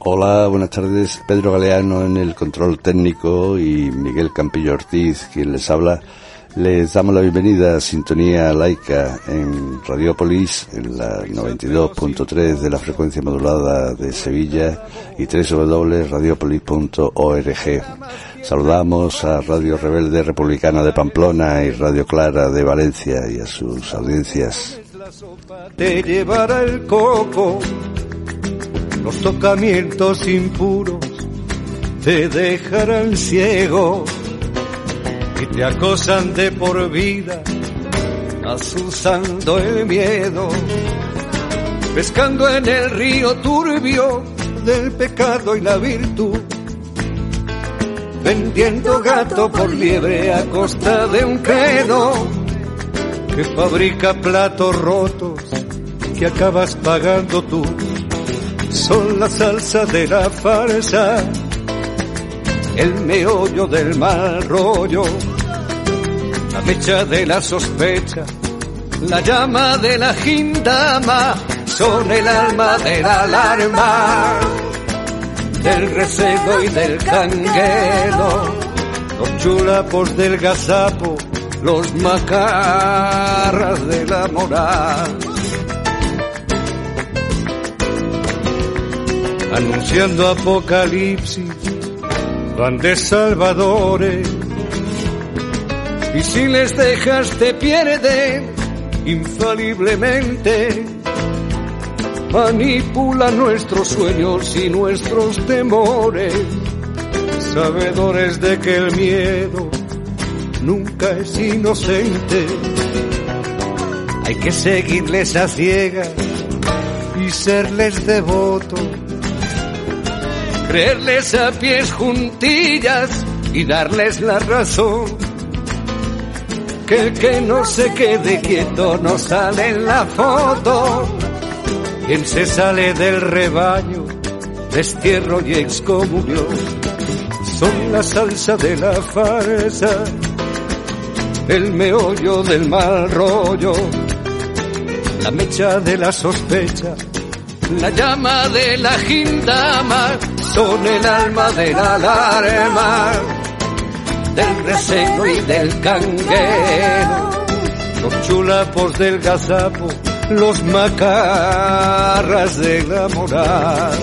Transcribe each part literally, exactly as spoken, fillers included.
Hola, buenas tardes. Pedro Galeano en el control técnico y Miguel Campillo Ortiz, quien les habla. Les damos la bienvenida a Sintonía Laica en Radiopolis, en la noventa y dos punto tres de la frecuencia modulada de Sevilla y doble u doble u doble punto radiopolis punto org. Saludamos a Radio Rebelde Republicana de Pamplona y Radio Clara de Valencia y a sus audiencias. Te llevará el coco, los tocamientos impuros te dejarán ciego y te acosan de por vida, azuzando el miedo, pescando en el río turbio del pecado y la virtud, vendiendo gato por liebre a costa de un credo que fabrica platos rotos que acabas pagando tú. Son la salsa de la farsa, el meollo del mal rollo, la mecha de la sospecha, la llama de la gindama, son el alma de la alarma, del recelo y del canguelo, los chulapos del gazapo, los macarras de la moral. Anunciando apocalipsis, van de salvadores, y si les dejas te pierden infaliblemente. Manipulan nuestros sueños y nuestros temores, sabedores de que el miedo nunca es inocente. Hay que seguirles a ciegas y serles devotos, creerles a pies juntillas y darles la razón. Que el que no se quede quieto no sale en la foto. Quien se sale del rebaño, destierro y excomunión. Son la salsa de la farsa, el meollo del mal rollo, la mecha de la sospecha, la llama de la gindama, son el alma de la alarma, del recelo y del canguero, los chulapos del gazapo, los macarras de la moral.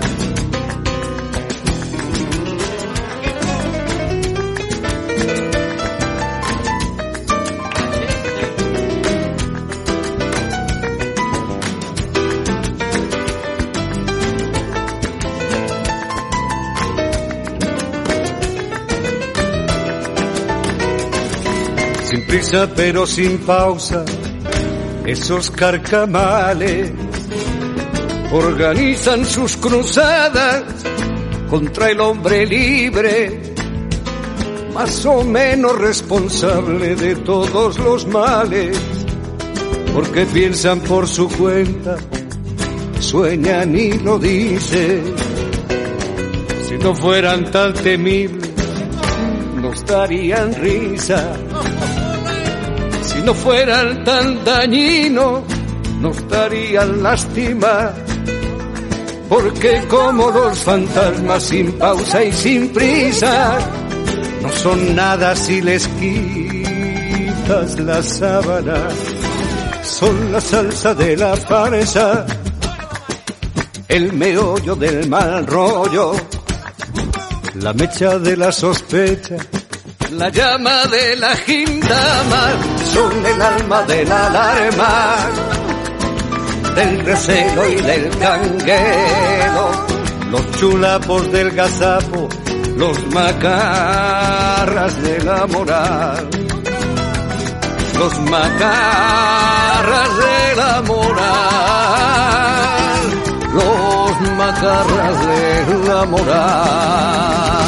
Sin prisa pero sin pausa, esos carcamales organizan sus cruzadas contra el hombre libre, más o menos responsable de todos los males, porque piensan por su cuenta, sueñan y lo dicen. Si no fueran tan temibles, nos darían risa. Si no fueran tan dañinos, nos darían lástima, porque como los fantasmas sin pausa y sin prisa, no son nada si les quitas la sábana. Son la salsa de la farsa, el meollo del mal rollo, la mecha de la sospecha, la llama de la gindama, son el alma de la alarma, del recelo y del canguero, los chulapos del gazapo, los macarras de la moral, los macarras de la moral, los macarras de la moral.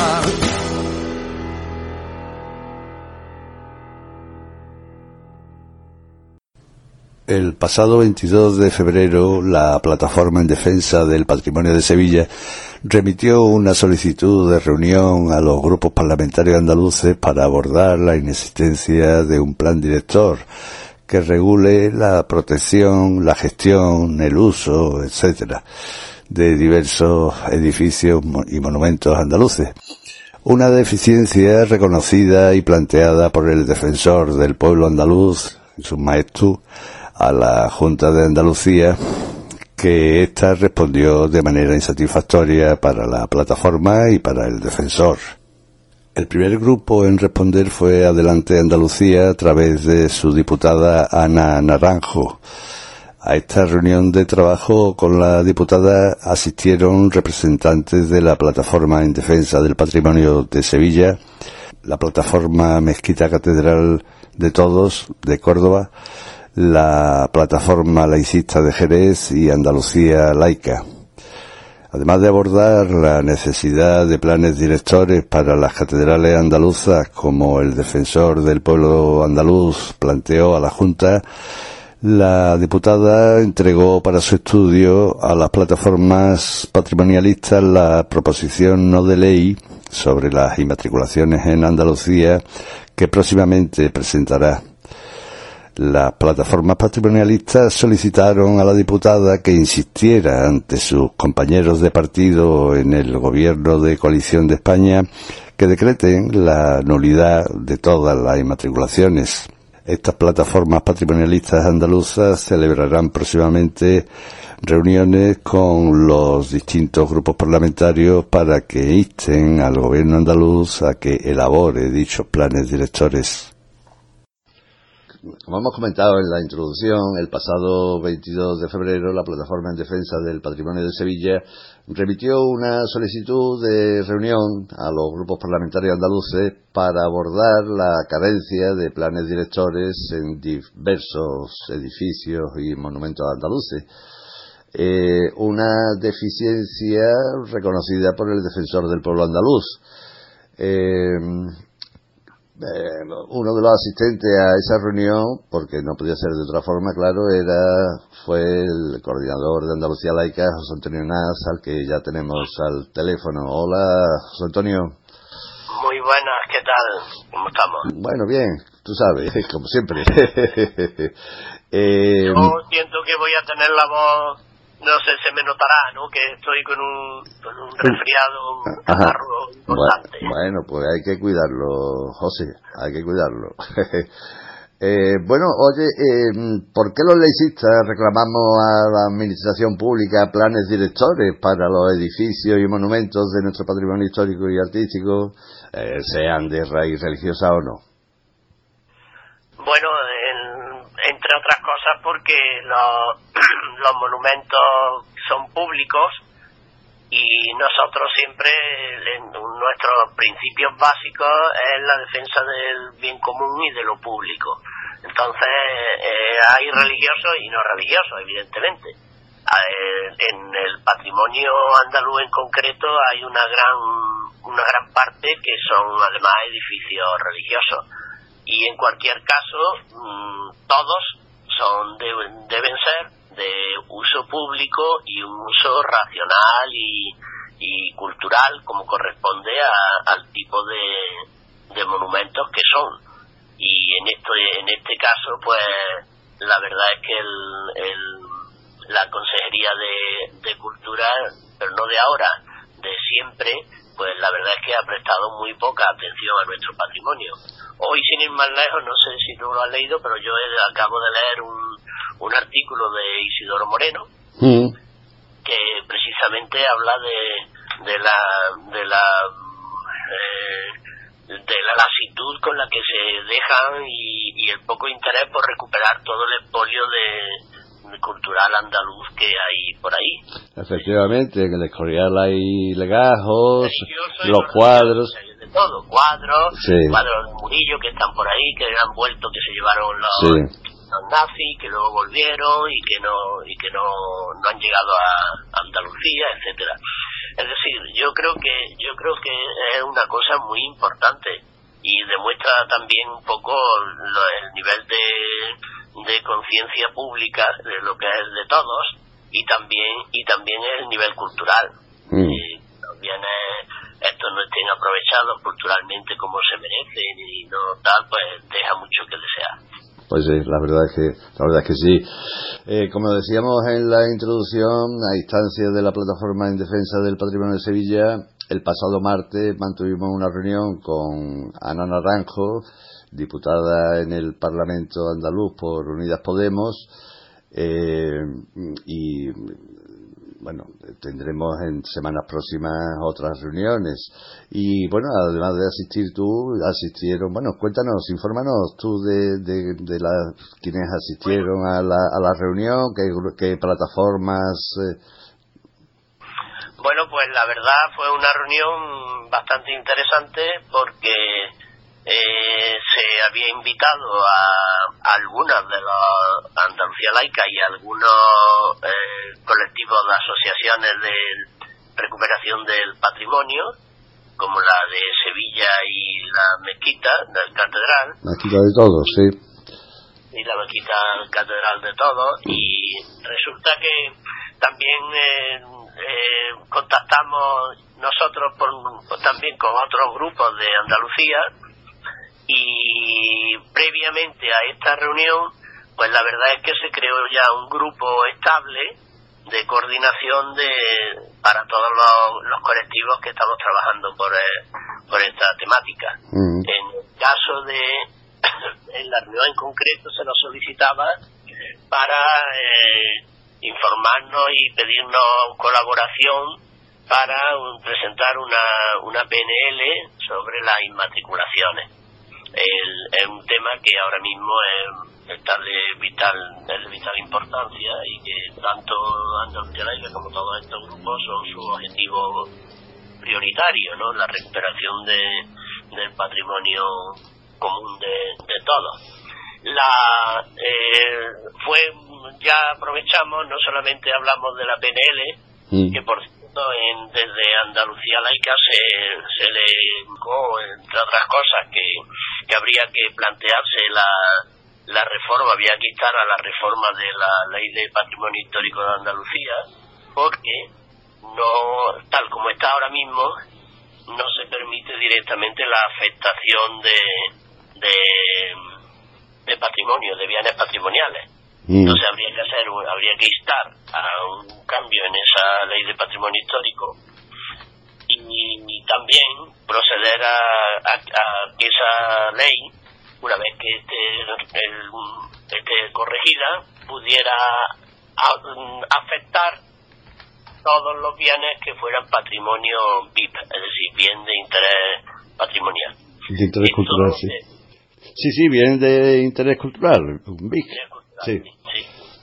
El pasado veintidós de febrero, la Plataforma en Defensa del Patrimonio de Sevilla remitió una solicitud de reunión a los grupos parlamentarios andaluces para abordar la inexistencia de un plan director que regule la protección, la gestión, el uso, etcétera, de diversos edificios y monumentos andaluces. Una deficiencia reconocida y planteada por el defensor del pueblo andaluz, Jesús Maeztu, a la Junta de Andalucía, que ésta respondió de manera insatisfactoria para la plataforma y para el defensor. El primer grupo en responder fue Adelante Andalucía a través de su diputada Ana Naranjo. A esta reunión de trabajo con la diputada asistieron representantes de la Plataforma en Defensa del Patrimonio de Sevilla, la Plataforma Mezquita Catedral de Todos de Córdoba, la Plataforma Laicista de Jerez y Andalucía Laica. Además de abordar la necesidad de planes directores para las catedrales andaluzas, como el defensor del pueblo andaluz planteó a la Junta, la diputada entregó para su estudio a las plataformas patrimonialistas la proposición no de ley sobre las inmatriculaciones en Andalucía que próximamente presentará. Las plataformas patrimonialistas solicitaron a la diputada que insistiera ante sus compañeros de partido en el gobierno de coalición de España que decreten la nulidad de todas las inmatriculaciones. Estas plataformas patrimonialistas andaluzas celebrarán próximamente reuniones con los distintos grupos parlamentarios para que insten al gobierno andaluz a que elabore dichos planes directores. Como hemos comentado en la introducción, el pasado veintidós de febrero la Plataforma en Defensa del Patrimonio de Sevilla remitió una solicitud de reunión a los grupos parlamentarios andaluces para abordar la carencia de planes directores en diversos edificios y monumentos andaluces. Eh, una deficiencia reconocida por el defensor del pueblo andaluz. Eh, Eh, uno de los asistentes a esa reunión, porque no podía ser de otra forma, claro, era fue el coordinador de Andalucía Laica, José Antonio Nas, al que ya tenemos al teléfono. Hola, José Antonio. Muy buenas, ¿qué tal? ¿Cómo estamos? Bueno, bien, tú sabes, como siempre. eh, Yo siento que voy a tener la voz, no sé, se me notará, ¿no? Que estoy con un, con un resfriado, un catarro importante. Bueno, pues hay que cuidarlo, José, hay que cuidarlo. eh, bueno, oye, eh, ¿por qué los laicistas reclamamos a la administración pública planes directores para los edificios y monumentos de nuestro patrimonio histórico y artístico, eh, sean de raíz religiosa o no? Bueno, en, entre otras cosas porque los, los monumentos son públicos y nosotros siempre, en nuestros principios básicos es la defensa del bien común y de lo público. Entonces eh, hay religiosos y no religiosos, evidentemente. Eh, en el patrimonio andaluz en concreto hay una gran, una gran parte que son además edificios religiosos. Y en cualquier caso, mmm, todos son deben, deben ser de uso público y un uso racional y, y cultural, como corresponde a, al tipo de, de monumentos que son. Y en este, en este caso, pues, la verdad es que el, el, la Consejería de, de Cultura, pero no de ahora, de siempre, pues la verdad es que ha prestado muy poca atención a nuestro patrimonio. Hoy, sin ir más lejos, no sé si tú lo has leído, pero yo he, acabo de leer un, un artículo de Isidoro Moreno, mm. que precisamente habla de, de la de la eh, de la lasitud con la que se dejan y, y el poco interés por recuperar todo el expolio de, de cultural andaluz que hay por ahí. Efectivamente, en el Escorial hay legajos, los cuadros, de todo, cuadros, sí. cuadros de Murillo que están por ahí, que han vuelto, que se llevaron los, sí. los nazis, que luego volvieron y que no y que no, no han llegado a Andalucía, etcétera. Es decir, yo creo que yo creo que es una cosa muy importante y demuestra también un poco lo, el nivel de, de conciencia pública de lo que es de todos y también y también el nivel cultural. Mm. Y también es, estos no estén aprovechados culturalmente como se merecen y no tal, pues deja mucho que desear. Pues sí, la verdad es que, la verdad es que sí. Eh, como decíamos en la introducción, a instancias de la Plataforma en Defensa del Patrimonio de Sevilla, el pasado martes mantuvimos una reunión con Ana Naranjo, diputada en el Parlamento andaluz por Unidas Podemos, eh, y bueno, tendremos en semanas próximas otras reuniones. Y bueno, además de asistir tú, asistieron, bueno, cuéntanos, infórmanos tú de, de, de la, quienes asistieron a la, a la reunión, qué, qué plataformas. Eh. Bueno, pues la verdad fue una reunión bastante interesante porque eh, se había invitado a, a algunas de los Andalucía Laica y a algunos eh, colectivos de asociaciones de recuperación del patrimonio, como la de Sevilla y la mezquita del Catedral. Mezquita de Todos, sí. Y la mezquita Catedral de Todos. Y resulta que también eh, eh, contactamos nosotros por, por, también con otros grupos de Andalucía. Y previamente a esta reunión, pues la verdad es que se creó ya un grupo estable de coordinación de para todos los, los colectivos que estamos trabajando por, eh, por esta temática. Mm. En el caso de, en la reunión en concreto se nos solicitaba para eh, informarnos y pedirnos colaboración para un, presentar una, una P N L sobre las inmatriculaciones. El, es un tema que ahora mismo es, está de vital, es de vital importancia y que tanto Andalucía Laica como todos estos grupos son su objetivo prioritario, ¿no? La recuperación de, del patrimonio común de, de todos. La eh, fue ya aprovechamos, no solamente hablamos de la P N L, mm. que por En, desde Andalucía Laica se, se le indicó, entre otras cosas, que, que habría que plantearse la, la reforma, había que instar a la reforma de la Ley de Patrimonio Histórico de Andalucía, porque no, tal como está ahora mismo, no se permite directamente la afectación de, de, de patrimonio, de bienes patrimoniales. Entonces habría que hacer, habría que instar a un cambio en esa ley de patrimonio histórico y, y también proceder a, a, a que esa ley, una vez que esté, el, esté corregida, pudiera a, afectar todos los bienes que fueran patrimonio V I P, es decir, bien de interés patrimonial. De interés cultural, sí. Sí, sí, bien de interés cultural, un V I C. Sí. Sí.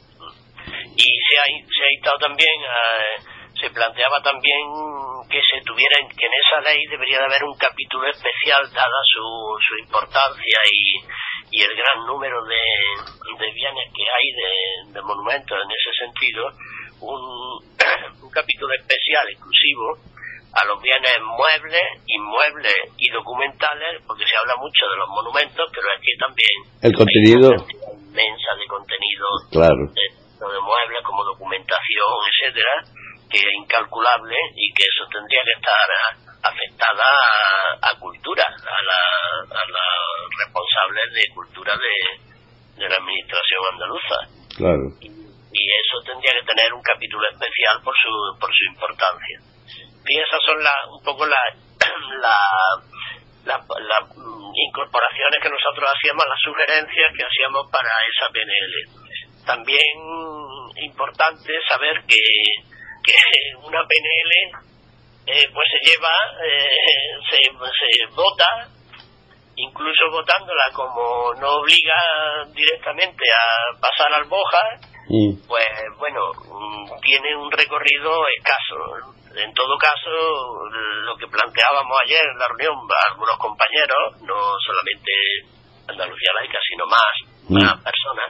Y se ha, se ha instado también, eh, se planteaba también que se tuviera, que en esa ley debería de haber un capítulo especial, dada su, su importancia y, y el gran número de, de bienes que hay, de, de monumentos en ese sentido, un, un capítulo especial exclusivo a los bienes muebles, inmuebles y documentales, porque se habla mucho de los monumentos, pero es que también el contenido hay una inmensa de contenido, claro, de, de muebles como documentación, etcétera, que es incalculable y que eso tendría que estar afectada a, a cultura, a la, a la responsables de cultura de, de la administración andaluza. Claro. Y, y eso tendría que tener un capítulo especial por su por su importancia. Y esas son la, un poco las la, la, la, la incorporaciones que nosotros hacíamos, las sugerencias que hacíamos para esa P N L. También importante saber que, que una P N L eh, pues se lleva, eh, se, se vota, incluso votándola como no obliga directamente a pasar al Boja, sí. Pues bueno, tiene un recorrido escaso. En todo caso, lo que planteábamos ayer en la reunión, algunos compañeros, no solamente Andalucía Laica, sino más, mm. más personas,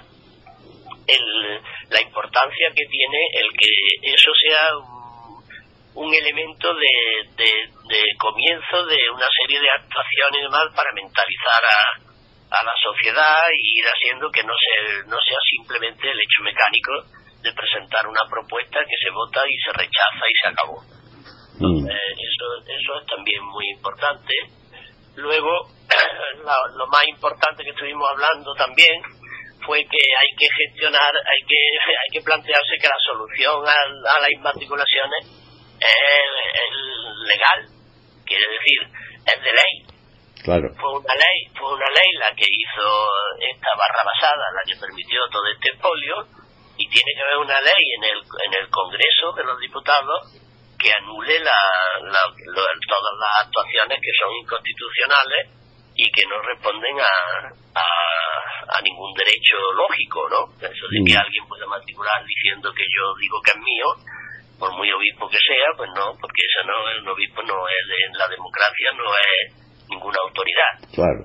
el, la importancia que tiene el que eso sea un, un elemento de, de, de comienzo de una serie de actuaciones y demás para mentalizar a, a la sociedad y ir haciendo que no, se, no sea simplemente el hecho mecánico de presentar una propuesta que se vota y se rechaza y se acabó. Entonces, mm. eso, eso es también muy importante. Luego, la, lo más importante que estuvimos hablando también fue que hay que gestionar, hay que hay que plantearse que la solución a, a las inmatriculaciones es, es legal, quiere decir, es de ley. Claro. Fue una ley, fue una ley la que hizo esta barra basada, la que permitió todo este expolio, y tiene que haber una ley en el en el Congreso de los Diputados que anule la, la, lo, todas las actuaciones que son inconstitucionales y que no responden a, a, a ningún derecho lógico, ¿no? Eso de que alguien pueda matricular diciendo que yo digo que es mío, por muy obispo que sea, pues no, porque eso no, el obispo no es de la democracia, no es ninguna autoridad. Claro.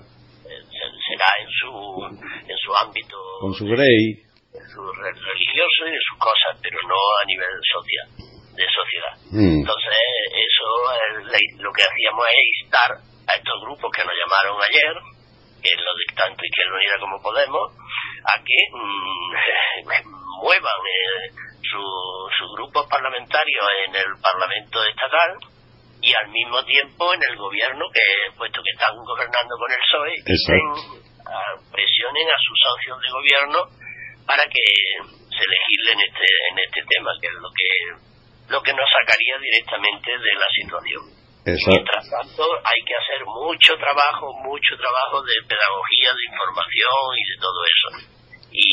Será en su en su ámbito, con su grey, en su religioso y en sus cosas, pero no a nivel social, de sociedad. Mm. Entonces eso es, lo que hacíamos es instar a estos grupos que nos llamaron ayer, que es lo de tanto Izquierda Unida como Podemos, a que mmm, muevan eh, su, sus grupos parlamentarios en el Parlamento estatal y al mismo tiempo en el gobierno, que puesto que están gobernando con el P S O E, dicen, presionen a sus socios de gobierno para que se legisle en este en este tema, que es lo que lo que nos sacaría directamente de la situación. Exacto. Mientras tanto, hay que hacer mucho trabajo, mucho trabajo de pedagogía, de información y de todo eso. Y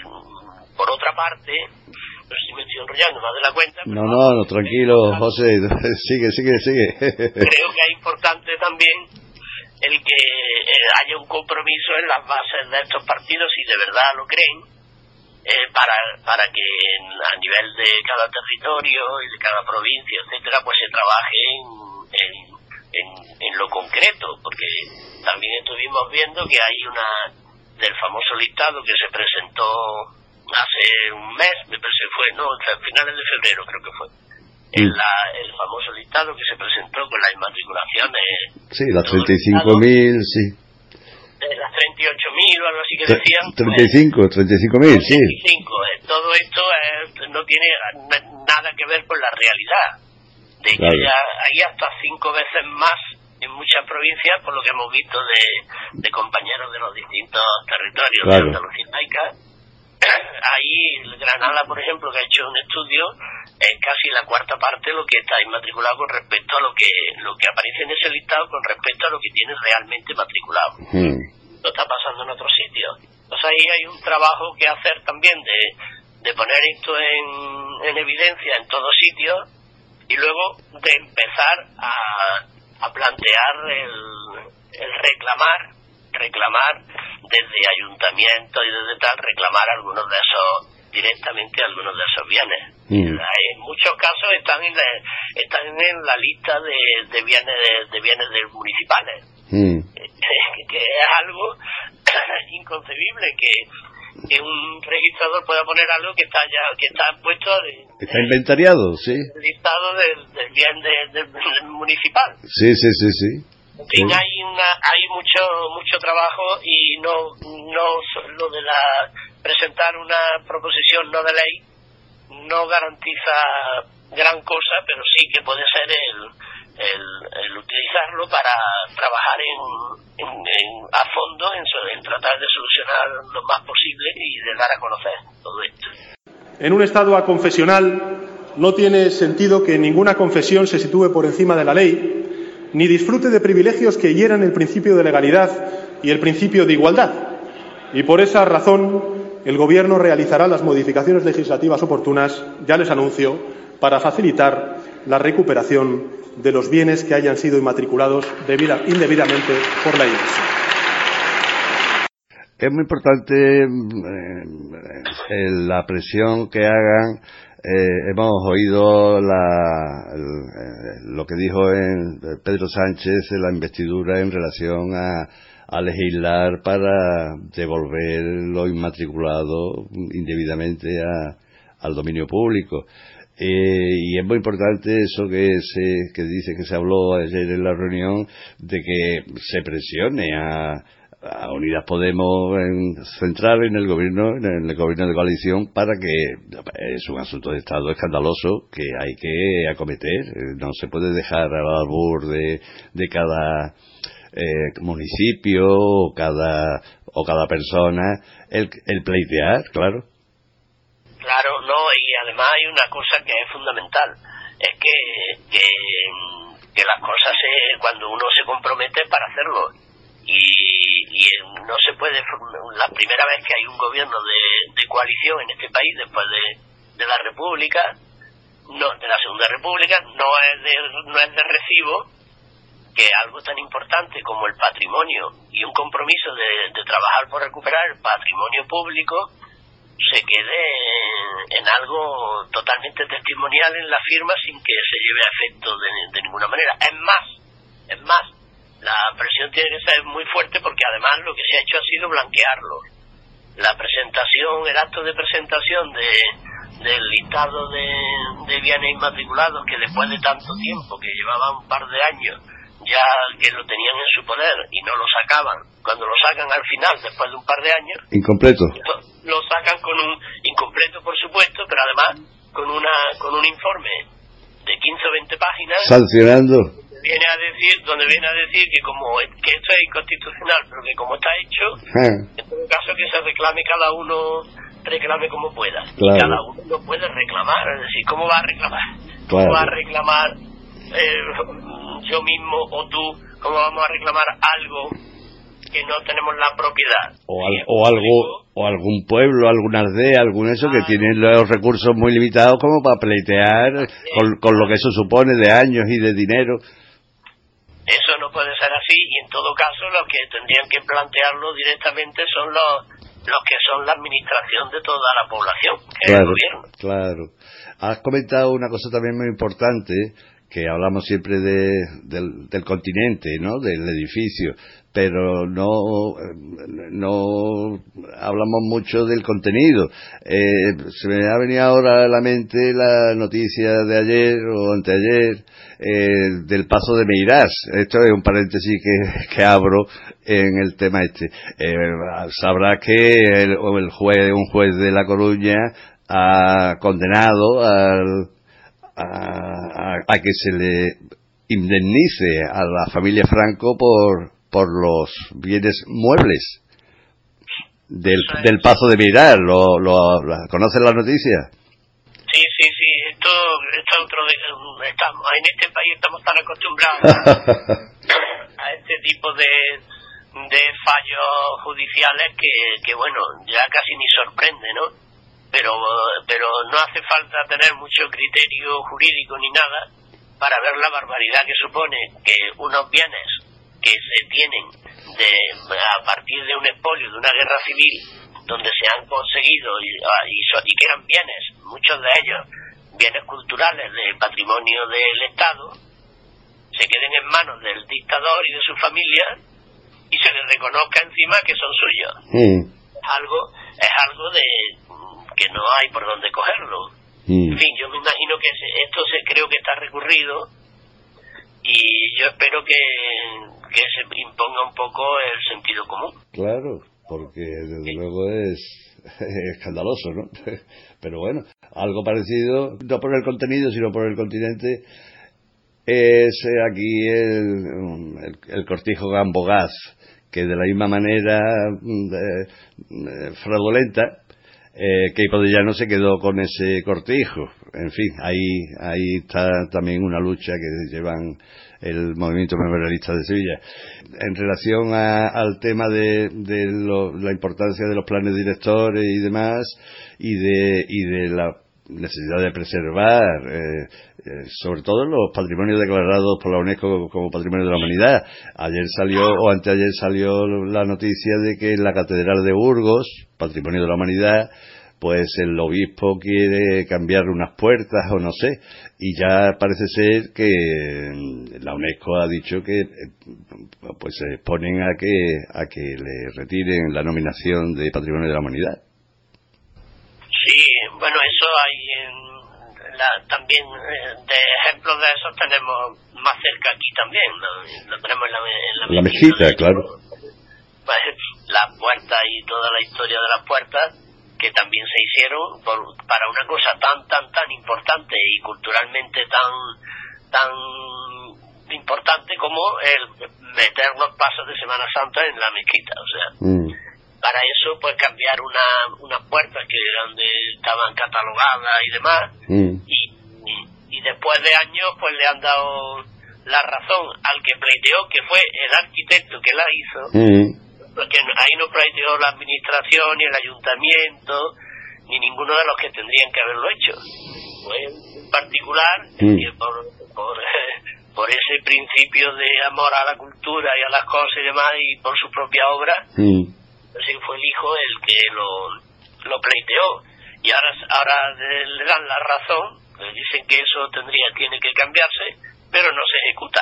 por otra parte, no sé si me estoy enrollando más de la cuenta. No, no, no, tranquilo, José, sigue, sigue, sigue. Creo que es importante también el que haya un compromiso en las bases de estos partidos, si de verdad lo creen, eh, para para que a nivel de cada territorio y de cada provincia, etcétera, pues se trabaje en, en, en, en lo concreto, porque también estuvimos viendo que hay una del famoso listado que se presentó hace un mes, me parece fue, no, a finales de febrero creo que fue, el, la, el famoso listado que se presentó con las inmatriculaciones. Sí, las treinta y cinco mil, sí. Las treinta y ocho mil o algo así que decían. treinta y cinco, treinta y cinco mil, sí. treinta y cinco, eh, todo esto eh, no tiene nada que ver con la realidad. De hecho, claro, ya hay hasta cinco veces más en muchas provincias, por lo que hemos visto de, de compañeros de los distintos territorios, claro, de Andalucía laica. Ahí Granada, por ejemplo, que ha hecho un estudio, es casi la cuarta parte lo que está inmatriculado con respecto a lo que lo que aparece en ese listado con respecto a lo que tiene realmente matriculado. Mm. Lo está pasando en otros sitios. Entonces ahí hay un trabajo que hacer también de, de poner esto en, en evidencia en todos sitios y luego de empezar a, a plantear el, el reclamar reclamar desde ayuntamientos y desde tal, reclamar algunos de esos, directamente algunos de esos bienes. Mm. En muchos casos están en la, están en la lista de, de bienes de, de bienes de municipales. Mm. Que es algo inconcebible que, que un registrador pueda poner algo que está ya que está puesto de, está inventariado, sí, el listado del, del bien de, de, del municipal. Sí, sí, sí, sí. En fin, hay una, hay mucho mucho trabajo y no no lo de la presentar una proposición no de ley no garantiza gran cosa, pero sí que puede ser el el, el utilizarlo para trabajar en, en, en a fondo en, en tratar de solucionar lo más posible y de dar a conocer todo esto. En un Estado aconfesional no tiene sentido que ninguna confesión se sitúe por encima de la ley ni disfrute de privilegios que hieran el principio de legalidad y el principio de igualdad. Y por esa razón, el Gobierno realizará las modificaciones legislativas oportunas, ya les anuncio, para facilitar la recuperación de los bienes que hayan sido inmatriculados debida, indebidamente por la Iglesia. Es muy importante eh, la presión que hagan. Eh, hemos oído la, el, lo que dijo en Pedro Sánchez en la investidura en relación a, a legislar para devolver lo inmatriculado indebidamente a, al dominio público. Eh, y es muy importante eso que se que dice que se habló ayer en la reunión de que se presione a a Unidas Podemos en, central en el gobierno en el gobierno de coalición para que es un asunto de Estado escandaloso que hay que acometer. No se puede dejar al albur de, de cada eh, municipio o cada o cada persona el, el pleitear, claro. Claro, no, y además hay una cosa que es fundamental, es que, que, que las cosas se, cuando uno se compromete para hacerlo, y, y no se puede, la primera vez que hay un gobierno de, de coalición en este país después de, de la República, no, de la Segunda República, no es de, no es de recibo que algo tan importante como el patrimonio y un compromiso de, de trabajar por recuperar el patrimonio público se quede en, en algo totalmente testimonial en la firma sin que se lleve a efecto de, de ninguna manera. Es más, es más, la presión tiene que ser muy fuerte porque además lo que se ha hecho ha sido blanquearlo. La presentación, el acto de presentación de del listado de, de bienes inmatriculados que después de tanto tiempo, que llevaba un par de años, ya que lo tenían en su poder y no lo sacaban, cuando lo sacan al final, después de un par de años, incompleto, lo sacan con un incompleto, por supuesto, pero además con una con un informe de quince o veinte páginas sancionando, viene a decir donde viene a decir que como que esto es inconstitucional, pero que como está hecho, ah. en todo caso que se reclame cada uno, reclame como pueda, claro. Y cada uno lo puede reclamar, es decir, ¿cómo va a reclamar? ¿Cómo claro. va a reclamar eh, yo mismo o tú? ¿Cómo vamos a reclamar algo que no tenemos la propiedad? O, al, o algo, o algún pueblo, alguna aldea, algún eso, que tienen los recursos muy limitados como para pleitear con, con lo que eso supone de años y de dinero. Eso no puede ser así, y en todo caso los que tendrían que plantearlo directamente son los los que son la administración de toda la población, que claro, es el gobierno. Claro. Has comentado una cosa también muy importante, que hablamos siempre de, del, del continente, ¿no?, del edificio, pero no no hablamos mucho del contenido. Eh, se me ha venido ahora a la mente la noticia de ayer o anteayer eh, del paso de Meirás. Esto es un paréntesis que, que abro en el tema este. Eh, sabrás que el, el juez, un juez de La Coruña ha condenado al A, a, a que se le indemnice a la familia Franco por por los bienes muebles del, del paso de Meirás. ¿Lo, lo, ¿Conoces la noticia? Sí, sí, sí. Esto, esto es otro de, estamos, en este país estamos tan acostumbrados a este tipo de de fallos judiciales que, que bueno, ya casi ni sorprende, ¿no? pero pero no hace falta tener mucho criterio jurídico ni nada para ver la barbaridad que supone que unos bienes que se tienen de a partir de un expolio de una guerra civil donde se han conseguido y, y, y que eran bienes, muchos de ellos bienes culturales de patrimonio del Estado, se queden en manos del dictador y de su familia y se les reconozca encima que son suyos. Mm. Es algo es algo de que no hay por dónde cogerlo. Mm. En fin, yo me imagino que esto se creo que está recurrido y yo espero que, que se imponga un poco el sentido común. Claro, porque desde sí. luego es, es escandaloso, ¿no? Pero bueno, algo parecido, no por el contenido, sino por el continente, es aquí el, el, el cortijo Gambogaz, que de la misma manera de, de, fraudulenta, Eh, que Hipodellano se quedó con ese cortijo. En fin, ahí ahí está también una lucha que llevan el movimiento memorialista de Sevilla. En relación a, al tema de, de lo, la importancia de los planes directores y demás, y de y de la necesidad de preservar, eh, eh, sobre todo los patrimonios declarados por la UNESCO como Patrimonio de la Humanidad. Ayer salió, o anteayer salió la noticia de que en la Catedral de Burgos, Patrimonio de la Humanidad, pues el obispo quiere cambiar unas puertas o no sé, y ya parece ser que la UNESCO ha dicho que pues se exponen a que a que le retiren la nominación de Patrimonio de la Humanidad. Sí, bueno, eso hay en la, también eh, de ejemplos de esos tenemos más cerca aquí también, ¿no? Lo tenemos en la, en la, la mezquita, mezquita claro. Pues las puertas y toda la historia de las puertas que también se hicieron por, para una cosa tan tan tan importante y culturalmente tan tan importante como el meter los pasos de Semana Santa en la mezquita, o sea, mm. para eso pues cambiar una unas puertas que eran de, estaban catalogadas y demás, mm. y, y, y después de años pues le han dado la razón al que pleiteó, que fue el arquitecto que la hizo, mm. porque ahí no pleiteó la administración, ni el ayuntamiento, ni ninguno de los que tendrían que haberlo hecho. Fue en particular, mm. que por, por, por ese principio de amor a la cultura y a las cosas y demás, y por su propia obra, mm. así fue el hijo el que lo, lo pleiteó. Y ahora, ahora le dan la razón, le dicen que eso tendría, tiene que cambiarse, pero no se ejecuta.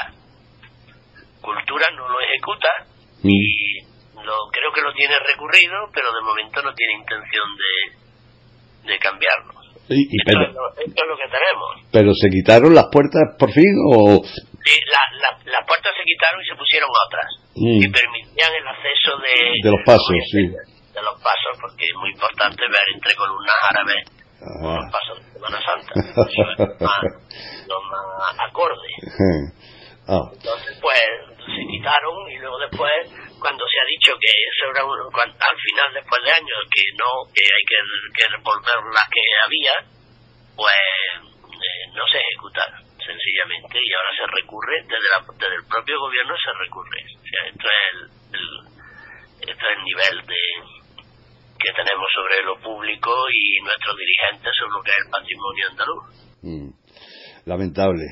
Cultura no lo ejecuta, mm. y lo, creo que lo tiene recurrido, pero de momento no tiene intención de, de cambiarlo. Y, y esto, pero, es lo, esto es lo que tenemos. ¿Pero se quitaron las puertas por fin o...? Sí, la, la, las puertas se quitaron y se pusieron otras, mm. y permitían el acceso de... De los pasos, sí. De los pasos, porque es muy importante ver entre columnas árabes Ah. los pasos de Semana Santa. Eso es más, lo más acorde. Ah. Entonces, pues, se quitaron, y luego después, cuando se ha dicho que eso era un, cuando, al final, después de años, que no, que hay que, que revolver las que había, pues eh, no se ejecutaron, sencillamente, y ahora se recurre, desde, la, desde el propio gobierno se recurre. O sea, esto es el, el, esto es el nivel de que tenemos sobre lo público y nuestros dirigentes sobre lo que es el patrimonio andaluz. Mm. Lamentable.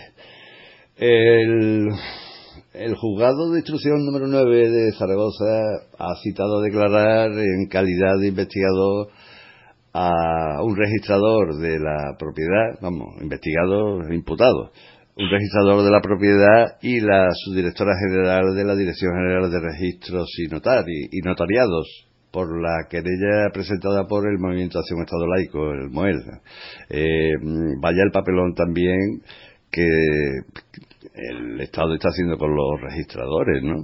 El, el juzgado de instrucción número nueve de Zaragoza ha citado a declarar en calidad de investigador a un registrador de la propiedad, vamos, investigado, imputado, un registrador de la propiedad y la subdirectora general de la Dirección General de Registros y, Notari, y Notariados, por la querella presentada por el Movimiento de Acción Estado Laico, el M O E L. Eh, vaya el papelón también que el Estado está haciendo con los registradores, ¿no?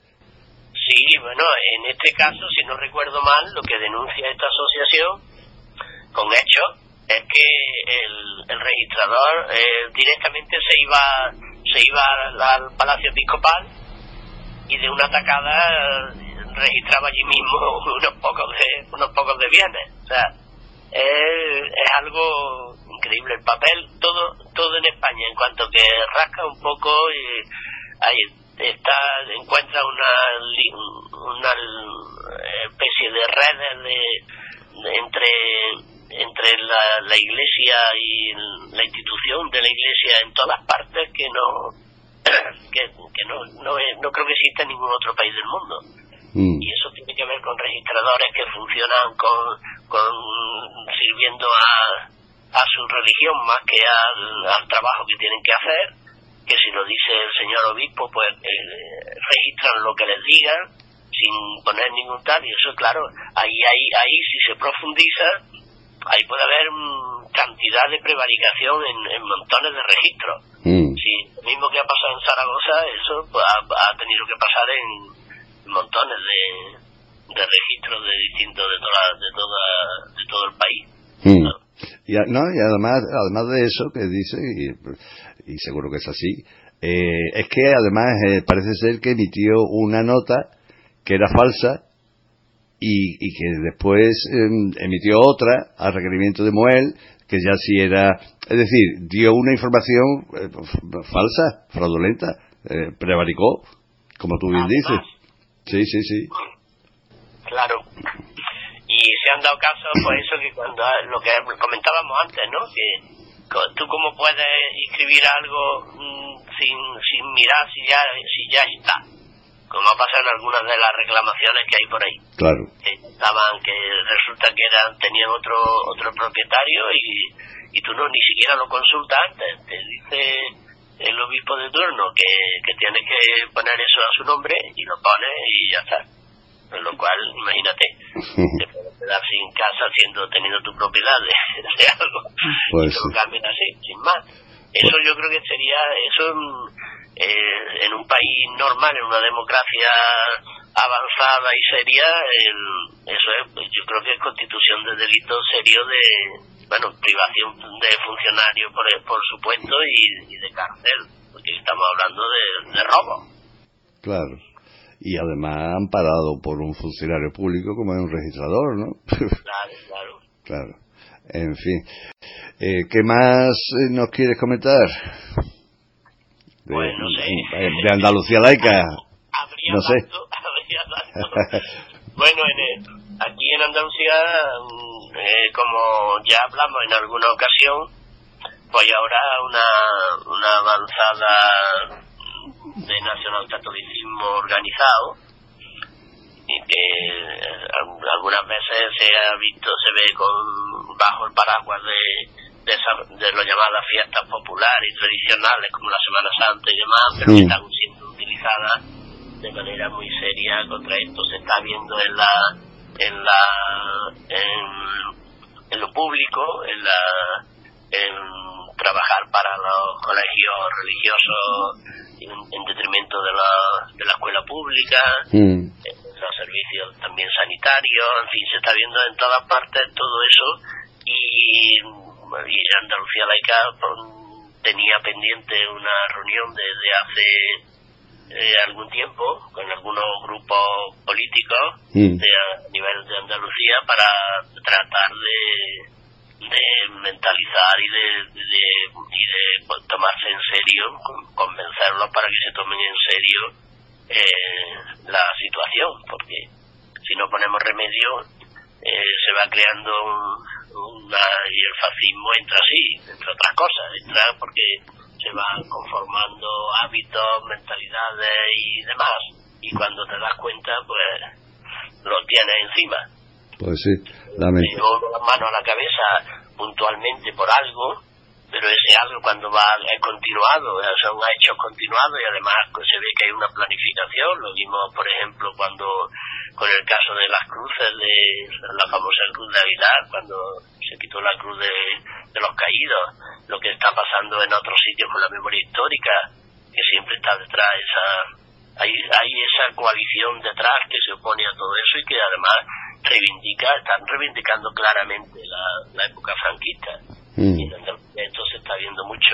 Sí, bueno, en este caso, si no recuerdo mal, lo que denuncia esta asociación, con hechos, es que el, el registrador eh, directamente se iba se iba al, al Palacio Episcopal y de una tacada registraba allí mismo unos pocos de unos pocos de bienes. O sea, es, es algo increíble. El papel, todo todo en España, en cuanto que rasca un poco, y ahí está, encuentra una una especie de redes de, de entre entre la, la Iglesia y la institución de la Iglesia en todas partes, que no que, que no, no, no creo que exista en ningún otro país del mundo. Mm. Y eso tiene que ver con registradores que funcionan con, con sirviendo a, a su religión más que al, al trabajo que tienen que hacer, que si lo dice el señor obispo, pues eh, registran lo que les digan sin poner ningún tal, y eso, claro, ahí, ahí, ahí si se profundiza, ahí puede haber um, cantidad de prevaricación en, en montones de registros. Mm. Sí, lo mismo que ha pasado en Zaragoza, eso pues, ha, ha tenido que pasar en montones de, de registros de distintos de toda de toda de todo el país. Mm. ¿No? Y, no, y además además de eso que dice, y, y seguro que es así, eh, es que además eh, parece ser que emitió una nota que era falsa, y, y que después eh, emitió otra a requerimiento de M O E L, que ya sí era, es decir, dio una información eh, falsa, fraudulenta, eh, prevaricó, como tú bien dices. Sí, sí, sí. Claro. Y se han dado casos, por eso, que cuando lo que comentábamos antes, ¿no? Que tú cómo puedes inscribir algo mmm, sin sin mirar si ya si ya está, como ha pasado en algunas de las reclamaciones que hay por ahí. Claro. Que estaban, que resulta que eran, tenían otro otro propietario, y, y tú no ni siquiera lo consultas antes. Te dice el obispo de turno que, que tienes que poner eso a su nombre, y lo pones y ya está. Con lo cual, imagínate, te puedes quedar sin casa siendo teniendo tu propiedad de, de algo, pues y te lo cambian así, sin más. Eso yo creo que sería, eso eh, en un país normal, en una democracia avanzada y seria, el, eso es, yo creo que es constitución de delito serio de, bueno, privación de funcionarios por, por supuesto, y, y de cárcel, porque estamos hablando de, de robo. Claro. Y además amparado por un funcionario público como es un registrador, ¿no? Claro, claro. Claro. En fin. Eh, ¿Qué más nos quieres comentar? De, pues no sé. De Andalucía laica. Habría no sé. tanto, habría tanto. Bueno, en el, aquí en Andalucía, eh, como ya hablamos en alguna ocasión, pues ahora una, una avanzada de nacionalcatolicismo organizado, y que algunas veces se ha visto, se ve con bajo el paraguas de, de, esa, de lo llamadas fiestas populares y tradicionales como la Semana Santa y demás, pero que están siendo utilizadas de manera muy seria contra esto. Se está viendo en la en la en, en lo público, en la en trabajar para los colegios religiosos en, en detrimento de la de la escuela pública, mm. los servicios también sanitarios, en fin, se está viendo en todas partes todo eso, y, y Andalucía Laica tenía pendiente una reunión desde hace eh, algún tiempo con algunos grupos políticos mm. de, a nivel de Andalucía para tratar de de mentalizar y de, de, de, y de pues, tomarse en serio, convencerlos para que se tomen en serio eh, la situación, porque si no ponemos remedio eh, se va creando un, una, y el fascismo entra así, entre otras cosas, entra porque se van conformando hábitos, mentalidades y demás, y cuando te das cuenta pues lo tienes encima. Pues sí, lamento. Llevo las manos a la cabeza puntualmente por algo, pero ese algo cuando va es continuado, son hechos continuados, y además se ve que hay una planificación. Lo vimos, por ejemplo, cuando con el caso de las cruces, de la famosa cruz de Aguilar, cuando se quitó la cruz de, de los caídos, lo que está pasando en otros sitios con la memoria histórica, que siempre está detrás esa hay, hay esa coalición detrás que se opone a todo eso y que además reivindica, están reivindicando claramente la, la época franquista. Mm. Y en Andalucía esto se está viendo mucho,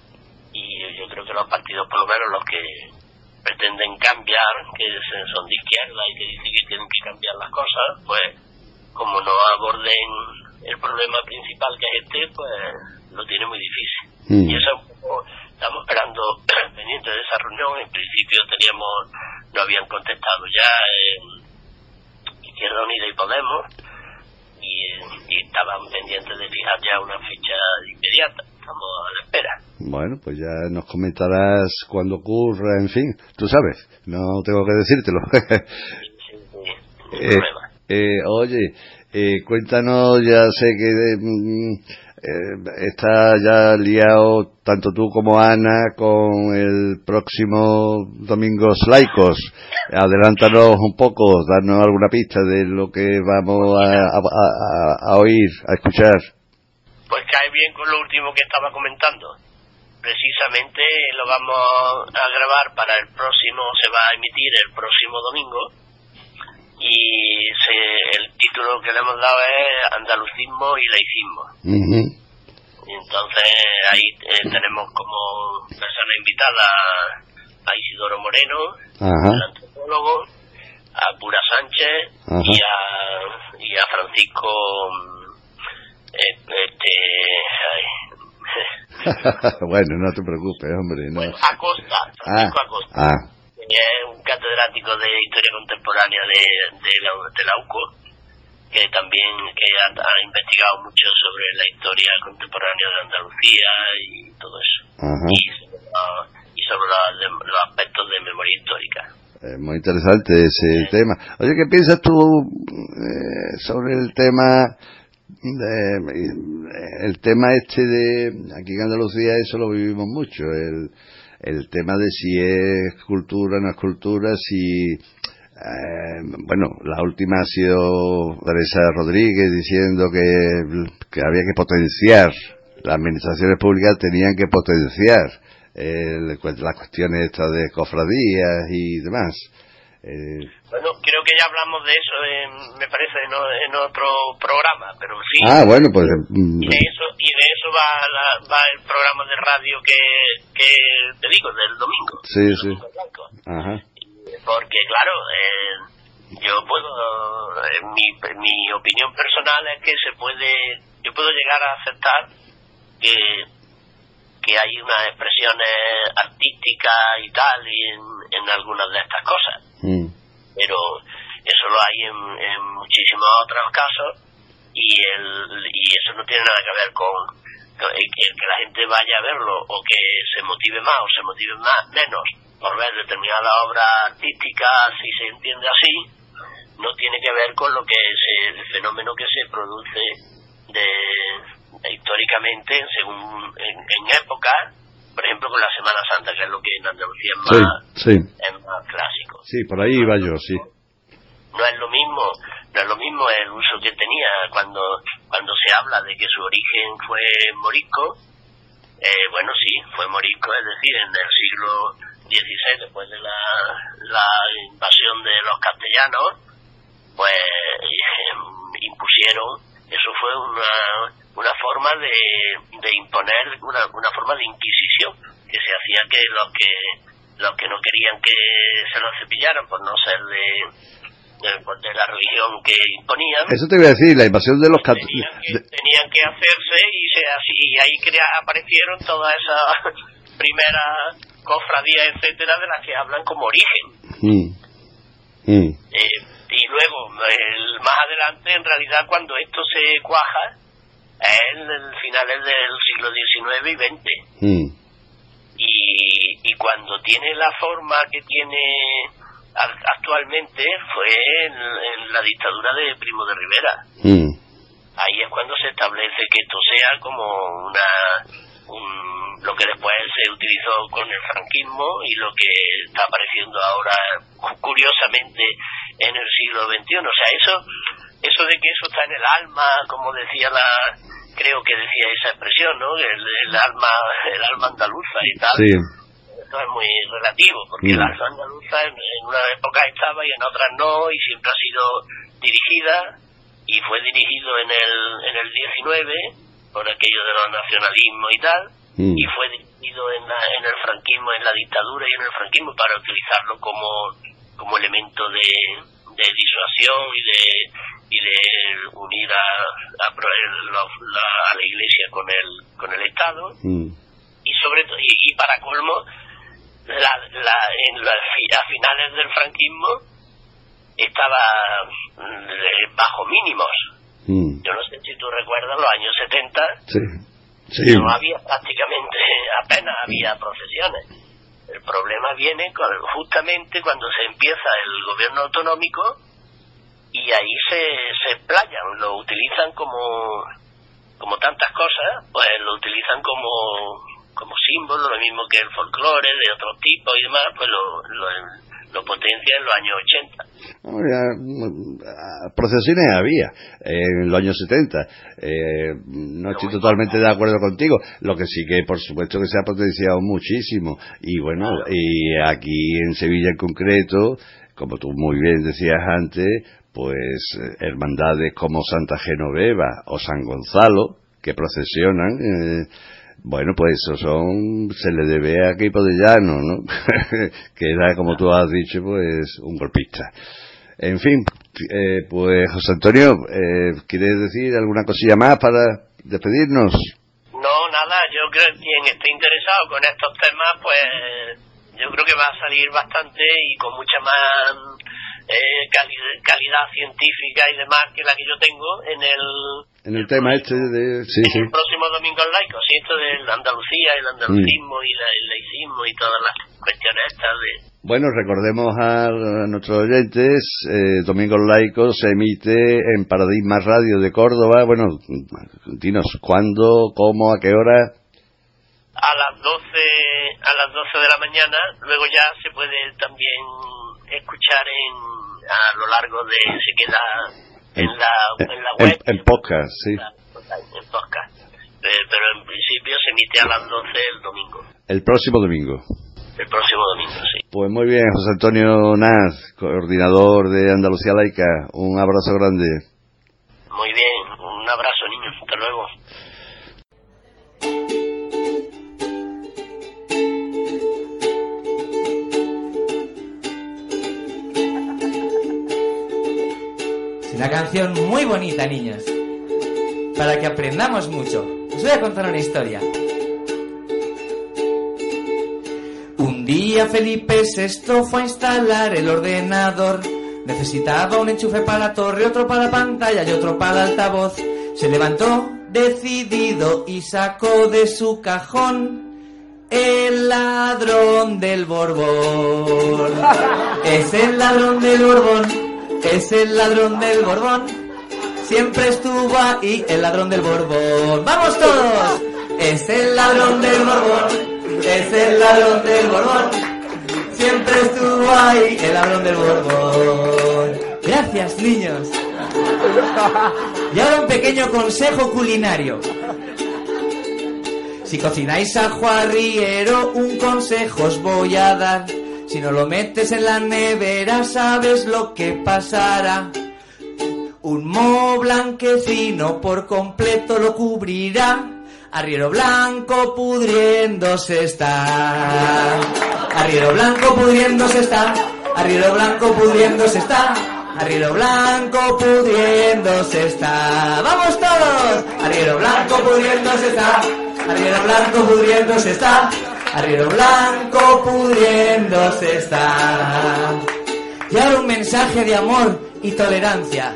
y yo creo que los partidos, por lo menos los que pretenden cambiar, que son de izquierda y que dicen que tienen que cambiar las cosas, pues como no aborden el problema principal que es este, pues lo tiene muy difícil. Mm. Y eso es un poco, estamos esperando pendiente de esa reunión. En principio teníamos, no habían contestado ya eh, Izquierda Unida y Podemos, y, y estaban pendientes de fijar ya una fecha inmediata. Estamos a la espera. Bueno, pues ya nos comentarás cuando ocurra, en fin, tú sabes, no tengo que decírtelo. Sí, sí, sí, no hay eh, problema. Eh, oye, eh, cuéntanos, ya sé que eh, eh, está ya liado tanto tú como Ana con el próximo Domingos Laicos. Adelántanos un poco, darnos alguna pista de lo que vamos a, a, a, a oír, a escuchar. Pues cae bien con lo último que estaba comentando. Precisamente lo vamos a grabar para el próximo, se va a emitir el próximo domingo, y se, el título que le hemos dado es Andalucismo y Laicismo. Uh-huh. Entonces ahí eh, tenemos como persona invitada a Isidoro Moreno, uh-huh, el antropólogo, a Pura Sánchez, uh-huh, y a y a Francisco eh, este ay, bueno, no te preocupes, hombre, no. Bueno, Acosta, Francisco ah, Acosta, ah. que es un catedrático de Historia Contemporánea de, de, la, de la U C O, que también que ha, ha investigado mucho sobre la historia contemporánea de Andalucía y todo eso. Ajá. Y sobre, uh, y sobre los, los aspectos de memoria histórica. Eh, muy interesante ese eh. tema. Oye, ¿qué piensas tú eh, sobre el tema de, el tema este de aquí en Andalucía? Eso lo vivimos mucho, el el tema de si es cultura o no es cultura, si eh, bueno, la última ha sido Teresa Rodríguez diciendo que, que había que potenciar, las administraciones públicas tenían que potenciar el, las cuestiones estas de cofradías y demás. Eh, bueno, creo que ya hablamos de eso, en, me parece, en, en otro programa, pero sí. Ah, bueno, pues. Y de eso, y de eso va, la, va el programa de radio que, que te digo, del domingo. Sí, del sí. Domingo Blanco. Ajá. Y, porque claro, eh, yo puedo, eh, mi, mi opinión personal es que se puede, yo puedo llegar a aceptar que, que hay unas expresiones artísticas y tal y en, en algunas de estas cosas, mm. pero eso lo hay en, en muchísimos otros casos y el y eso no tiene nada que ver con el que la gente vaya a verlo o que se motive más o se motive más menos por ver determinada obra artística, si se entiende así, no tiene que ver con lo que es el fenómeno que se produce de, de históricamente según en, en épocas, por ejemplo con la Semana Santa, que es lo que en Andalucía es más, sí, sí. es más clásico. Sí, por ahí iba yo, sí. No es lo mismo, no es lo mismo el uso que tenía cuando cuando se habla de que su origen fue morisco. Eh, bueno, sí, fue morisco, es decir, en el siglo dieciséis, después de la, la invasión de los castellanos, pues eh, impusieron, eso fue una una forma de, de imponer, una, una forma de inquisición, que se hacía que los que los que no querían que se los cepillaran por no ser de De, de la religión que imponían. Eso te iba a decir, la invasión de los católicos. Tenían, que, tenían que hacerse y se, así ahí crea, aparecieron todas esas primeras cofradías, etcétera, de las que hablan como origen. Mm. Mm. Eh, y luego, el, más adelante, en realidad, cuando esto se cuaja, es en el finales del siglo diecinueve y veinte. Mm. Y, y cuando tiene la forma que tiene actualmente fue en, en la dictadura de Primo de Rivera. Mm. Ahí es cuando se establece que esto sea como una un, lo que después se utilizó con el franquismo y lo que está apareciendo ahora curiosamente en el siglo veintiuno. O sea, eso eso de que eso está en el alma, como decía la creo que decía esa expresión, ¿no? El, el alma el alma andaluza y tal. Sí. Esto es muy relativo, porque mm. la alma andaluza en, en una época estaba y en otras no, y siempre ha sido dirigida, y fue dirigido en el en el diecinueve, por aquello de los nacionalismos y tal, mm. y fue dirigido en, la, en el franquismo, en la dictadura y en el franquismo, para utilizarlo como, como elemento de, de disuasión y de y de unir a, a, a, la, a la Iglesia con el, con el Estado, mm. y sobre todo, y, y para colmo, La, la, en la, a finales del franquismo estaba eh, bajo mínimos. Mm. Yo no sé si tú recuerdas los años setenta, sí. Sí. No había prácticamente, apenas había procesiones. El problema viene con, justamente cuando se empieza el gobierno autonómico y ahí se, se explayan, lo utilizan como, como tantas cosas, pues lo utilizan como como símbolo, lo mismo que el folclore de otros tipos y demás, pues lo, lo, lo potencia en los años ochenta. Procesiones había en los años setenta. Eh, no estoy totalmente de acuerdo contigo. Lo que sí que, por supuesto, que se ha potenciado muchísimo. Y bueno, y aquí en Sevilla en concreto, como tú muy bien decías antes, pues hermandades como Santa Genoveva o San Gonzalo, que procesionan, eh, bueno, pues eso son, se le debe a Queipo de Llano, ¿no? Que era, como tú has dicho, pues un golpista. En fin, eh, pues José Antonio, eh, ¿quieres decir alguna cosilla más para despedirnos? No, nada, yo creo que quien esté interesado con estos temas, pues yo creo que va a salir bastante y con mucha más eh, calidad, calidad científica y demás que la que yo tengo en el en el, el tema próximo, este de sí, en sí. el próximo Domingo Laico, sí, esto de la Andalucía, el andalucismo mm. y la, el laicismo y todas las cuestiones estas de... Bueno, recordemos a, a nuestros oyentes, eh, Domingos Laicos se emite en Paradigma Radio de Córdoba. Bueno, dinos, ¿cuándo, cómo, a qué hora? A las doce, a las doce de la mañana. Luego ya se puede también escuchar en a lo largo de, se queda en, en la en la web. En, en podcast, sí. En podcast. Eh, pero en principio se emite a las doce el domingo. El próximo domingo. El próximo domingo, sí. Pues muy bien, José Antonio Naz, coordinador de Andalucía Laica, un abrazo grande. Muy bien, un abrazo, niños, hasta luego. Una canción muy bonita, niños, para que aprendamos mucho. Os voy a contar una historia. Un día Felipe sexto fue a instalar el ordenador. Necesitaba un enchufe para la torre, otro para la pantalla y otro para el altavoz. Se levantó decidido y sacó de su cajón el ladrón del Borbón. Es el ladrón del Borbón, es el ladrón del Borbón. Siempre estuvo ahí el ladrón del Borbón. ¡Vamos todos! Es el ladrón del Borbón, es el ladrón del Borbón. Siempre estuvo ahí el ladrón del Borbón. Gracias, niños. Y ahora un pequeño consejo culinario. Si cocináis ajo arriero, un consejo os voy a dar. Si no lo metes en la nevera, sabes lo que pasará. Un moho blanquecino por completo lo cubrirá. Arriero blanco pudriéndose está. Arriero blanco pudriéndose está. Arriero blanco pudriéndose está. Arriero blanco pudriéndose está. ¡Vamos todos! Arriero blanco pudriéndose está. Arriero blanco pudriéndose está. Arriero blanco pudriéndose está. Y ahora un mensaje de amor y tolerancia.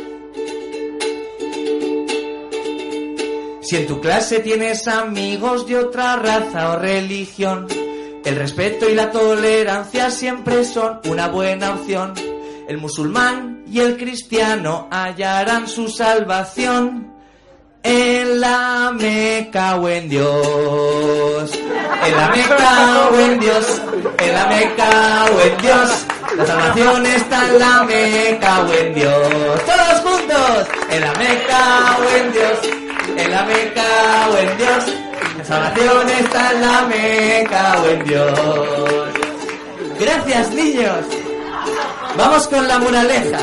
Si en tu clase tienes amigos de otra raza o religión, el respeto y la tolerancia siempre son una buena opción. El musulmán y el cristiano hallarán su salvación en la Meca o en Dios. En la Meca o en Dios, en la Meca o en Dios. La salvación está en la Meca o en Dios. Todos juntos, en la Meca o en Dios. En la Meca o en Dios, la salvación está en la Meca o en Dios. Gracias, niños. Vamos con la moraleja.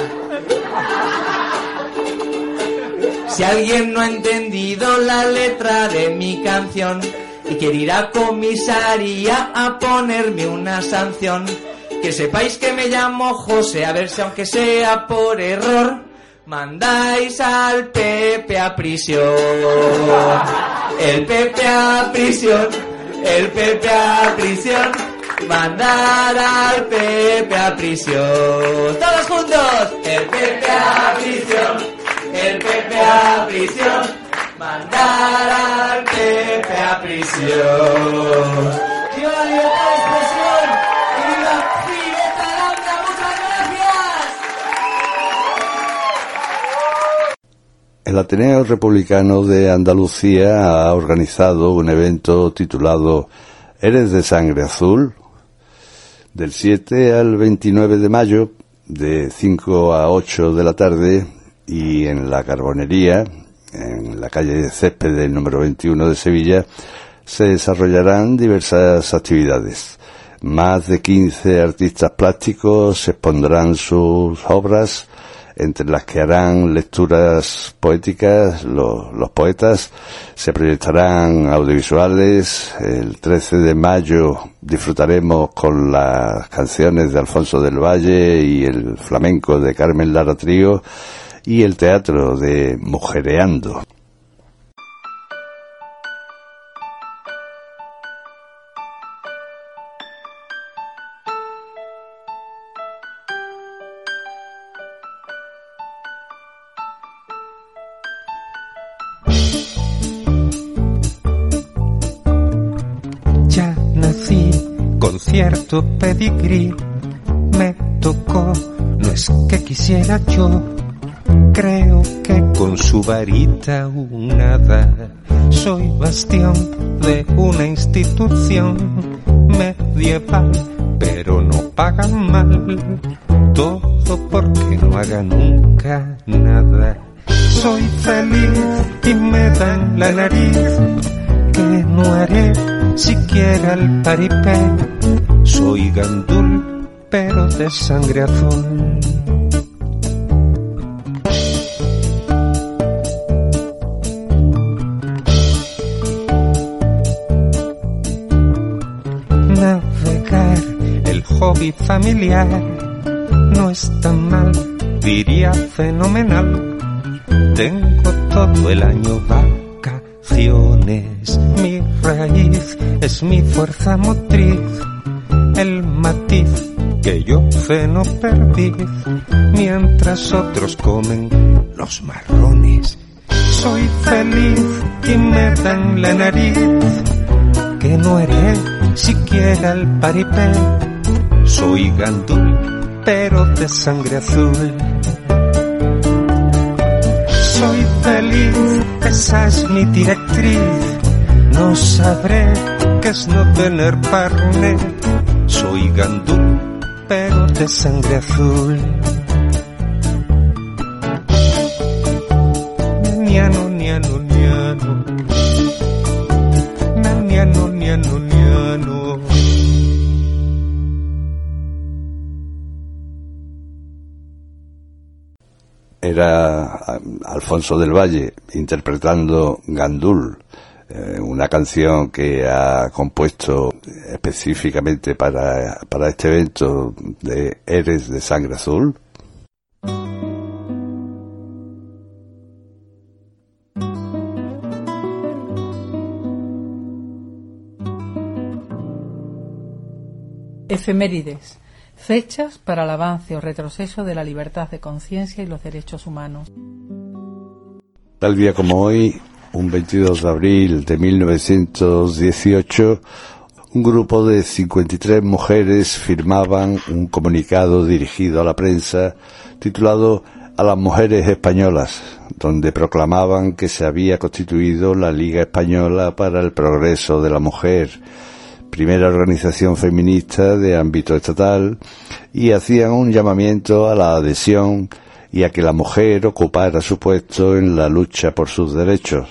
Si alguien no ha entendido la letra de mi canción y quiere ir a comisaría a ponerme una sanción, que sepáis que me llamo José, a ver si aunque sea por error mandáis al Pepe a prisión. El Pepe a prisión, el Pepe a prisión. Mandar al Pepe a prisión. Todos juntos. El Pepe a prisión, el Pepe a prisión. Mandar al Pepe a prisión. ¡Viva la libertad de expresión! ¡Y viva Fibeta Lambda! ¡Muchas gracias! El Ateneo Republicano de Andalucía ha organizado un evento titulado ¿Eres de sangre azul? Del siete al veintinueve de mayo, de cinco a ocho de la tarde, y en la Carbonería, en la calle Céspedes número veintiuno de Sevilla, se desarrollarán diversas actividades. Más de quince artistas plásticos expondrán sus obras, entre las que harán lecturas poéticas los, los poetas. Se proyectarán audiovisuales. El trece de mayo disfrutaremos con las canciones de Alfonso del Valle y el flamenco de Carmen Lara Trío y el teatro de Mujereando. Cierto pedigrí me tocó, no es que quisiera yo, creo que con su varita un hada soy bastión de una institución medieval, pero no pagan mal, todo porque no haga nunca nada. Soy feliz y me dan la nariz, que no haré siquiera el paripé. Soy gandul, pero de sangre azul. Navegar, el hobby familiar, no es tan mal, diría fenomenal. Tengo todo el año vacaciones. Mi raíz es mi fuerza motriz, el matiz que yo ceno perdiz, mientras otros comen los marrones. Soy feliz y me dan la nariz, que no haré siquiera el paripé. Soy gandul, pero de sangre azul. Soy feliz, esa es mi directriz. No sabré qué es no tener parné. Soy gandul, pero de sangre azul. Niano, niano, niano. Niano, niano, niano. Era Alfonso del Valle interpretando Gandul, eh, una canción que ha compuesto específicamente para, para este evento de Eres de Sangre Azul. Efemérides. Fechas para el avance o retroceso de la libertad de conciencia y los derechos humanos. Tal día como hoy, un veintidós de abril de mil novecientos dieciocho, un grupo de cincuenta y tres mujeres firmaban un comunicado dirigido a la prensa titulado A las mujeres españolas, donde proclamaban que se había constituido la Liga Española para el Progreso de la Mujer, primera organización feminista de ámbito estatal, y hacían un llamamiento a la adhesión y a que la mujer ocupara su puesto en la lucha por sus derechos.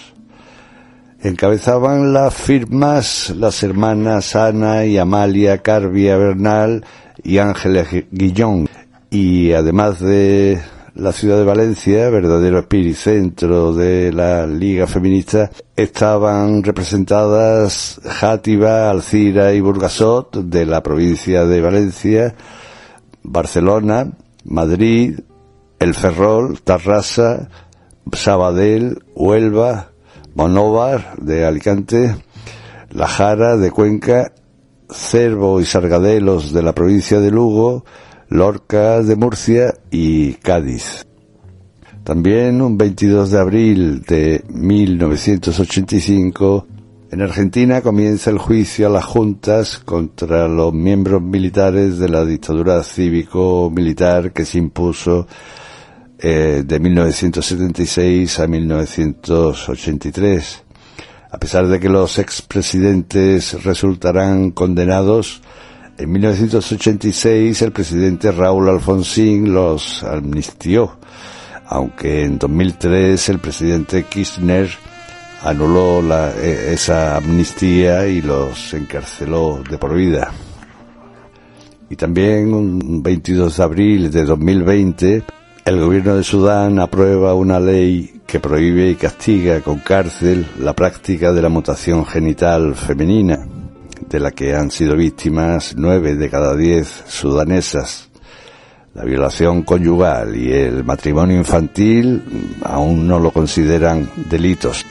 Encabezaban las firmas las hermanas Ana y Amalia Carbia Bernal y Ángeles Guillón, y además de la ciudad de Valencia, verdadero epicentro de la Liga Feminista, estaban representadas Játiva, Alcira y Burgasot de la provincia de Valencia, Barcelona, Madrid, El Ferrol, Tarrasa, Sabadell, Huelva, Monóvar de Alicante, La Jara de Cuenca, Cervo y Sargadelos de la provincia de Lugo, Lorca de Murcia y Cádiz. También un veintidós de abril de mil novecientos ochenta y cinco, en Argentina comienza el juicio a las juntas contra los miembros militares de la dictadura cívico-militar que se impuso eh, de mil novecientos setenta y seis a mil novecientos ochenta y tres. A pesar de que los expresidentes resultarán condenados, en mil novecientos ochenta y seis el presidente Raúl Alfonsín los amnistió, aunque en dos mil tres el presidente Kirchner anuló la, esa amnistía y los encarceló de por vida. Y también un veintidós de abril de dos mil veinte, el gobierno de Sudán aprueba una ley que prohíbe y castiga con cárcel la práctica de la mutación genital femenina, de la que han sido víctimas nueve de cada diez sudanesas. La violación conyugal y el matrimonio infantil aún no lo consideran delitos.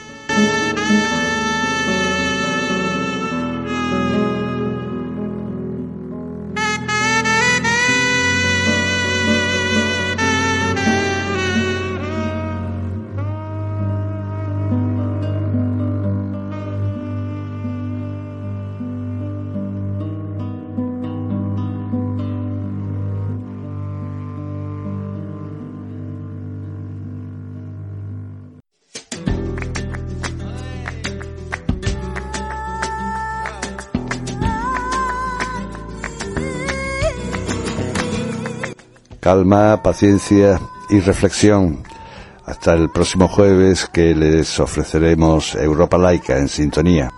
Calma, paciencia y reflexión. Hasta el próximo jueves, que les ofreceremos Europa Laica en sintonía.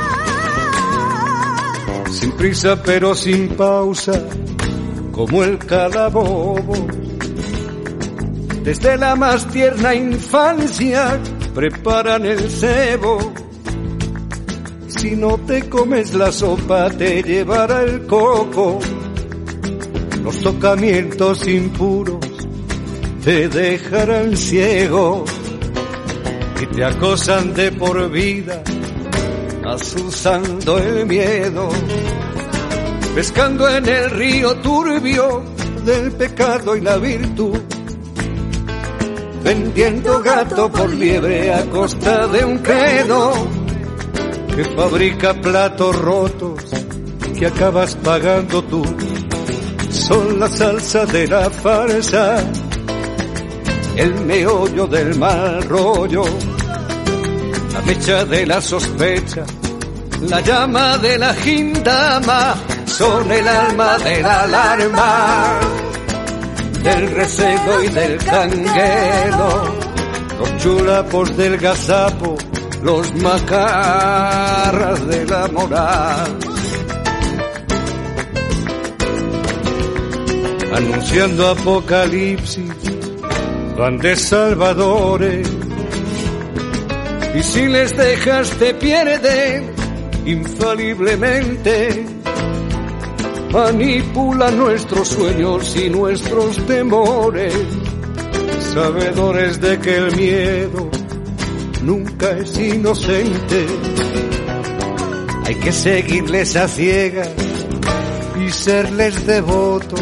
Sin prisa pero sin pausa, como el calabobo. Desde la más tierna infancia preparan el cebo. Si no te comes la sopa te llevará el coco. Los tocamientos impuros te dejarán ciego y te acosan de por vida, azuzando el miedo, pescando en el río turbio del pecado y la virtud, vendiendo gato por liebre a costa de un credo que fabrica platos rotos que acabas pagando tú. Son la salsa de la farsa, el meollo del mal rollo, la mecha de la sospecha, la llama de la gindama, son el alma de la alarma, del recelo y del canguelo, los chulapos del gazapo, los macarras de la moral. Anunciando apocalipsis, van de salvadores, y si les dejas te pierden infaliblemente. Manipulan nuestros sueños y nuestros temores, sabedores de que el miedo nunca es inocente. Hay que seguirles a ciegas y serles devotos,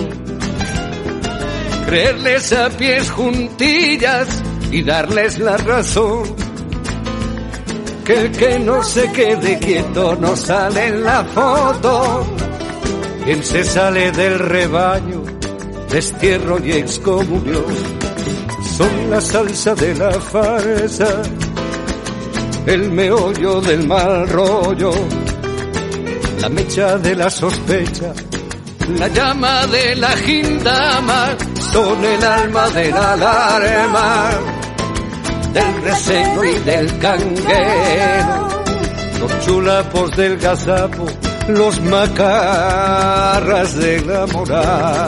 creerles a pies juntillas y darles la razón. Que el que no se quede quieto no sale en la foto. Quien se sale del rebaño, destierro y excomunión. Son la salsa de la farsa, el meollo del mal rollo, la mecha de la sospecha, la llama de la gindama, son el alma de la alarma, del recelo y del canguero, los chulapos del gazapo, los macarras de la moral.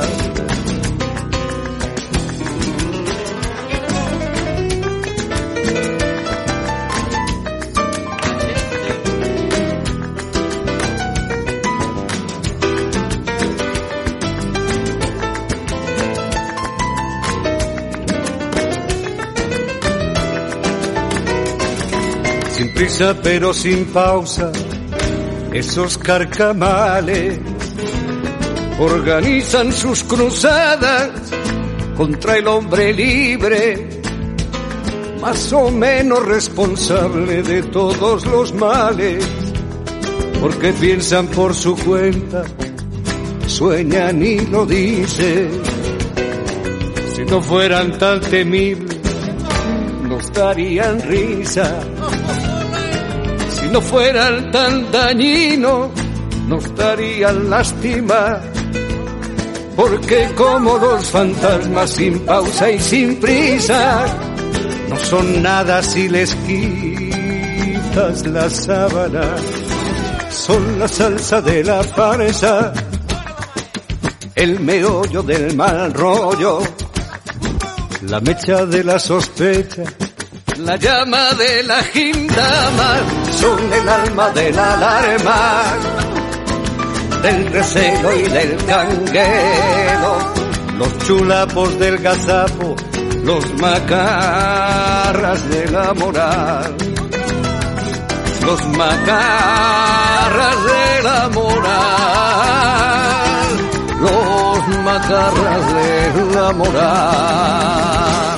Sin prisa pero sin pausa, esos carcamales organizan sus cruzadas contra el hombre libre, más o menos responsable de todos los males, porque piensan por su cuenta, sueñan y lo dicen. Si no fueran tan temibles, nos darían risa. Si no fueran tan dañinos, nos darían lástima, porque como los fantasmas sin pausa y sin prisa, no son nada si les quitas la sábana. Son la salsa de la farsa, el meollo del mal rollo, la mecha de la sospecha, la llama de la gindama, son el alma de la alarma, del recelo y del canguelo, los chulapos del gazapo, los macarras de la moral, los macarras de la moral, los macarras de la moral.